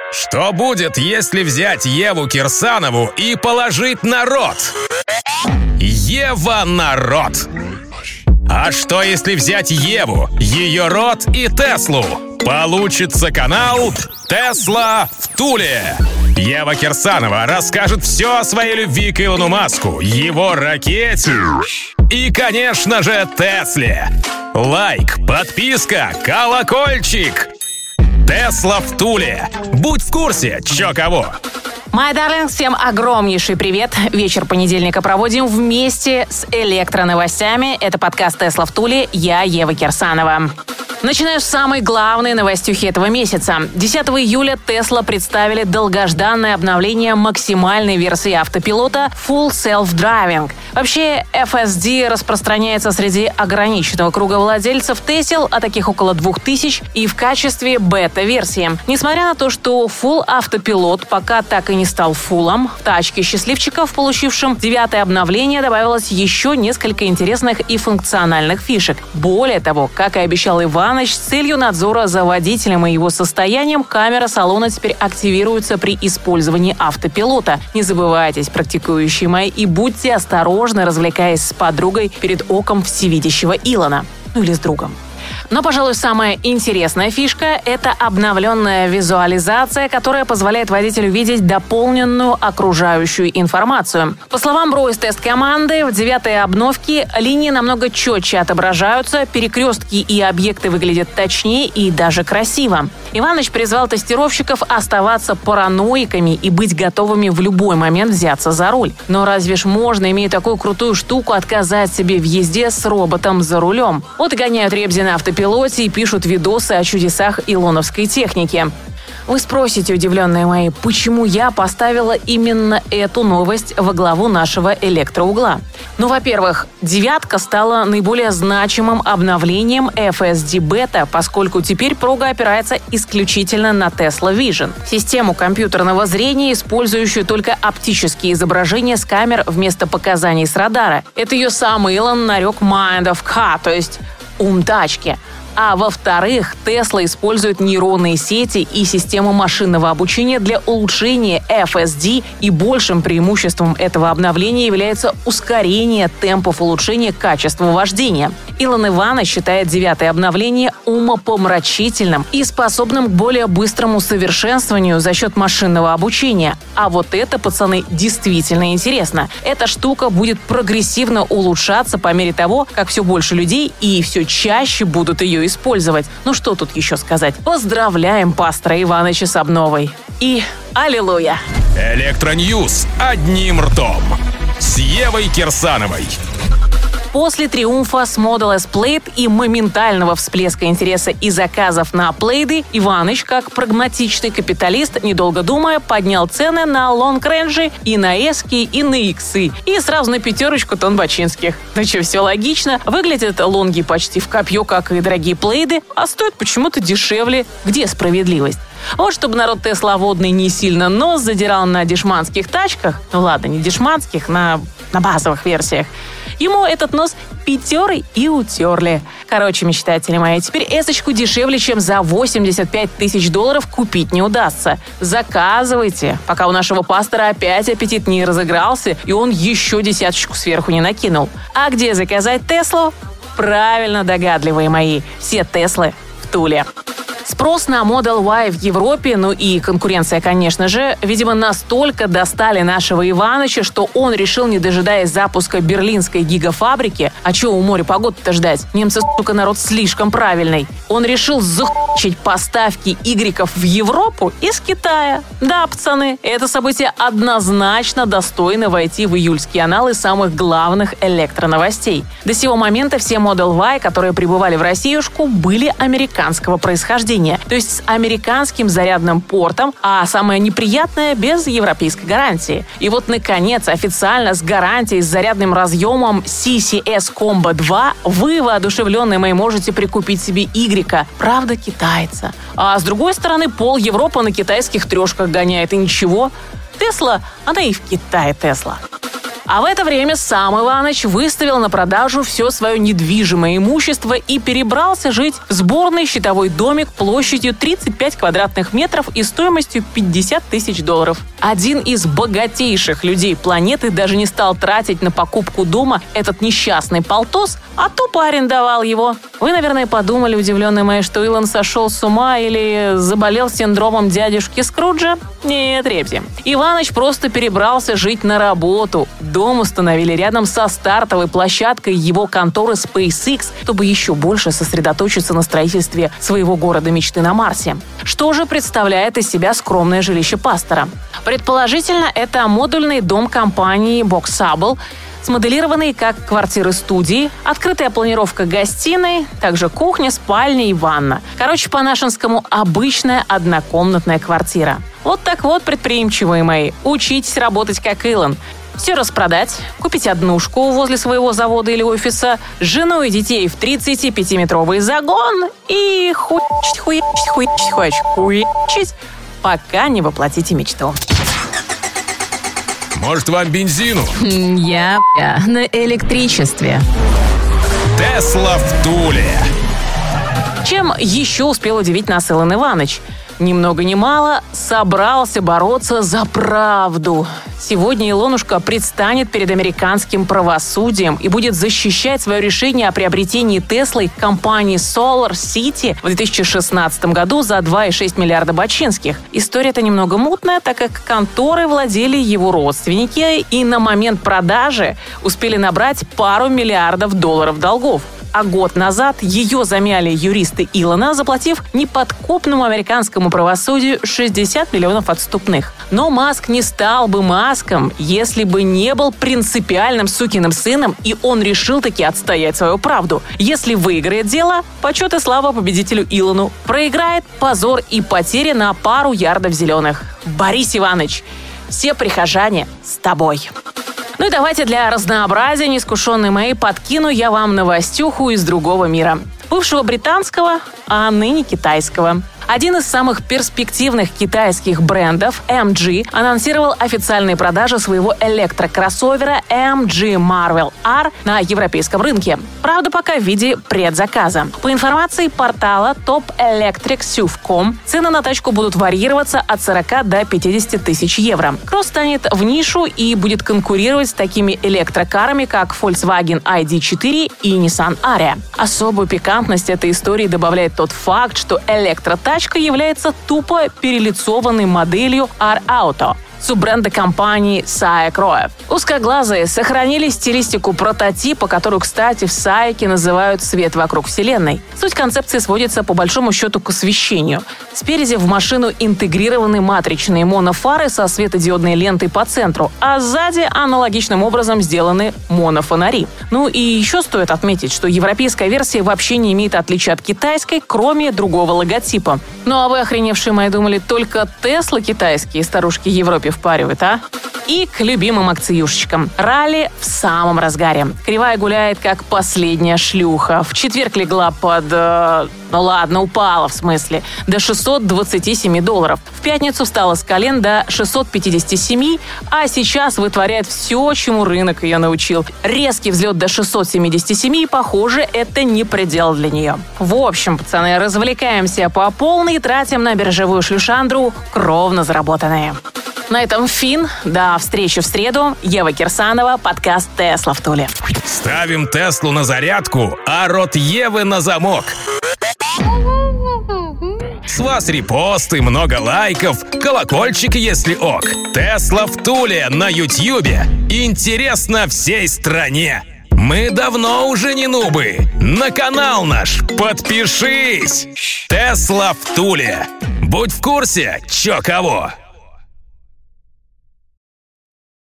Что будет, если взять Еву Кирсанову и положить на рот? Ева на рот. А что, если взять Еву, ее рот и Теслу? Получится канал «Тесла в Туле». Ева Кирсанова расскажет все о своей любви к Илону Маску, его ракете и, конечно же, Тесле. Лайк, подписка, колокольчик. Тесла в Туле. Будь в курсе, чё кого. My darling, всем огромнейший привет. Вечер понедельника проводим вместе с электроновостями. Это подкаст «Тесла в Туле». Я Ева Кирсанова. Начинаю с самой главной новостюхи этого месяца. 10 июля Tesla представили долгожданное обновление максимальной версии автопилота Full Self-Driving. Вообще, FSD распространяется среди ограниченного круга владельцев Tesla, а таких около 2000, и в качестве бета-версии. Несмотря на то, что Full автопилот пока так и не стал фуллом, в тачке счастливчиков, получившим 9-е обновление, добавилось еще несколько интересных и функциональных фишек. Более того, как и обещал Иван, с целью надзора за водителем и его состоянием, камера салона теперь активируется при использовании автопилота. Не забывайтесь, практикующие мои, и будьте осторожны, развлекаясь с подругой перед оком всевидящего Илона. Ну или с другом. Но, пожалуй, самая интересная фишка – это обновленная визуализация, которая позволяет водителю видеть дополненную окружающую информацию. По словам Бро из тест-команды, в 9-й обновке линии намного четче отображаются, перекрестки и объекты выглядят точнее и даже красиво. Иваныч призвал тестировщиков оставаться параноиками и быть готовыми в любой момент взяться за руль. Но разве ж можно, имея такую крутую штуку, отказать себе в езде с роботом за рулем? Вот и гоняют ребзи на автопилоте и пишут видосы о чудесах илоновской техники. Вы спросите, удивленные мои, почему я поставила именно эту новость во главу нашего электроугла? Ну, во-первых, 9-ка стала наиболее значимым обновлением FSD Beta, поскольку теперь прога опирается исключительно на Tesla Vision, систему компьютерного зрения, использующую только оптические изображения с камер вместо показаний с радара. Это ее сам Илон нарек Mind of Car, то есть ум тачки. А во-вторых, Tesla использует нейронные сети и систему машинного обучения для улучшения FSD, и большим преимуществом этого обновления является ускорение темпов улучшения качества вождения. Илон Иванович считает 9-е обновление умопомрачительным и способным к более быстрому совершенствованию за счет машинного обучения. А вот это, пацаны, действительно интересно. Эта штука будет прогрессивно улучшаться по мере того, как все больше людей и все чаще будут ее использовать. Ну что тут еще сказать? Поздравляем пастора Иваныча с обновой. И аллилуйя! Электроньюз одним ртом с Евой Кирсановой. После триумфа с Model S Plaid и моментального всплеска интереса и заказов на плейды, Иваныч, как прагматичный капиталист, недолго думая, поднял цены на лонг-рейнджи и на эски, и на иксы. И сразу на 5 тонн бачинских. Ну что, все логично. Выглядят лонги почти в копье, как и дорогие плейды, а стоят почему-то дешевле. Где справедливость? Вот чтобы народ тесловодный не сильно нос задирал на дешманских тачках, ну ладно, не дешманских, на базовых версиях, ему этот нос пятеры и утерли. Короче, мечтатели мои, теперь эсочку дешевле, чем за $85 тысяч купить не удастся. Заказывайте, пока у нашего пастора опять аппетит не разыгрался, и он еще 10 сверху не накинул. А где заказать Теслу? Правильно, догадливые мои, все Теслы в Туле. Спрос на Model Y в Европе, ну и конкуренция, конечно же, видимо, настолько достали нашего Иваныча, что он решил, не дожидаясь запуска берлинской гигафабрики, а чего у моря погоды-то ждать? Немцы, сука, народ слишком правильный. Он решил захуячить поставки игреков в Европу из Китая. Да, пацаны, это событие однозначно достойно войти в июльские аналы самых главных электроновостей. До сего момента все Model Y, которые прибывали в Россиюшку, были американского происхождения. То есть с американским зарядным портом, а самое неприятное – без европейской гарантии. И вот, наконец, официально с гарантией с зарядным разъемом CCS Combo 2 вы, воодушевленные мои, можете прикупить себе Y, правда, китайца. А с другой стороны, пол Европы на китайских трешках гоняет, и ничего. Тесла, она и в Китае Тесла. А в это время сам Иваныч выставил на продажу все свое недвижимое имущество и перебрался жить в сборный щитовой домик площадью 35 квадратных метров и стоимостью $50 тысяч. Один из богатейших людей планеты даже не стал тратить на покупку дома этот несчастный полтос, а тупо арендовал его. Вы, наверное, подумали, удивленные мои, что Илон сошел с ума или заболел синдромом дядюшки Скруджа? Нет, ребзи. Иваныч просто перебрался жить на работу. Дом установили рядом со стартовой площадкой его конторы SpaceX, чтобы еще больше сосредоточиться на строительстве своего города мечты на Марсе. Что же представляет из себя скромное жилище пастора? Предположительно, это модульный дом компании Boxable, смоделированный как квартиры-студии, открытая планировка гостиной, также кухня, спальня и ванна. Короче, по-нашенскому обычная однокомнатная квартира. Вот так вот, предприимчивые мои, учитесь работать как Илон. Все распродать, купить однушку возле своего завода или офиса, жену и детей в 35-метровый загон и хуячить, пока не воплотите мечту. Может, вам бензину? Я на электричестве. Тесла в Туле. Чем еще успел удивить нас Илон Иваныч? Ни много ни мало собрался бороться за правду. Сегодня Илонушка предстанет перед американским правосудием и будет защищать свое решение о приобретении Теслой компании Solar City в 2016 году за 2,6 миллиарда бачинских. История-то немного мутная, так как конторой владели его родственники и на момент продажи успели набрать пару миллиардов долларов долгов. А год назад ее замяли юристы Илона, заплатив неподкупному американскому правосудию 60 миллионов отступных. Но Маск не стал бы Маском, если бы не был принципиальным сукиным сыном, и он решил таки отстоять свою правду. Если выиграет дело, почет и слава победителю Илону. Проиграет — позор и потери на пару ярдов зеленых. Борис Иваныч, все прихожане с тобой. Ну и давайте для разнообразия, неискушенные мои, подкину я вам новостюху из другого мира. Бывшего британского, а ныне китайского. Один из самых перспективных китайских брендов, MG, анонсировал официальные продажи своего электрокроссовера MG Marvel R на европейском рынке. Правда, пока в виде предзаказа. По информации портала topelectricsuf.com, цены на тачку будут варьироваться от 40 до 50 тысяч евро. Кросс станет в нишу и будет конкурировать с такими электрокарами, как Volkswagen ID4 и Nissan Ariya. Особую пикантность этой истории добавляет тот факт, что электротачка является тупо перелицованной моделью R-Auto суббренда компании SAIC ROEV. Узкоглазые сохранили стилистику прототипа, которую, кстати, в SAIC называют «свет вокруг Вселенной». Суть концепции сводится по большому счету к освещению. Спереди в машину интегрированы матричные монофары со светодиодной лентой по центру, а сзади аналогичным образом сделаны монофонари. Ну и еще стоит отметить, что европейская версия вообще не имеет отличия от китайской, кроме другого логотипа. Ну а вы, охреневшие мои, думали, только Тесла китайские старушки Европе впаривают, а? И к любимым акциюшечкам. Ралли в самом разгаре. Кривая гуляет, как последняя шлюха. В четверг легла под... упала в смысле. До $627. В пятницу встала с колен до 657, а сейчас вытворяет все, чему рынок ее научил. Резкий взлет до 677, и, похоже, это не предел для нее. В общем, пацаны, развлекаемся по полной и тратим на биржевую шлюшандру кровно заработанные. На этом фин. До встречи в среду. Ева Кирсанова, подкаст «Тесла в Туле». Ставим Теслу на зарядку, а рот Евы на замок. С вас репосты, много лайков, колокольчик, если ок. Тесла в Туле на Ютьюбе. Интересно всей стране. Мы давно уже не нубы. На канал наш подпишись. Тесла в Туле. Будь в курсе, чё кого.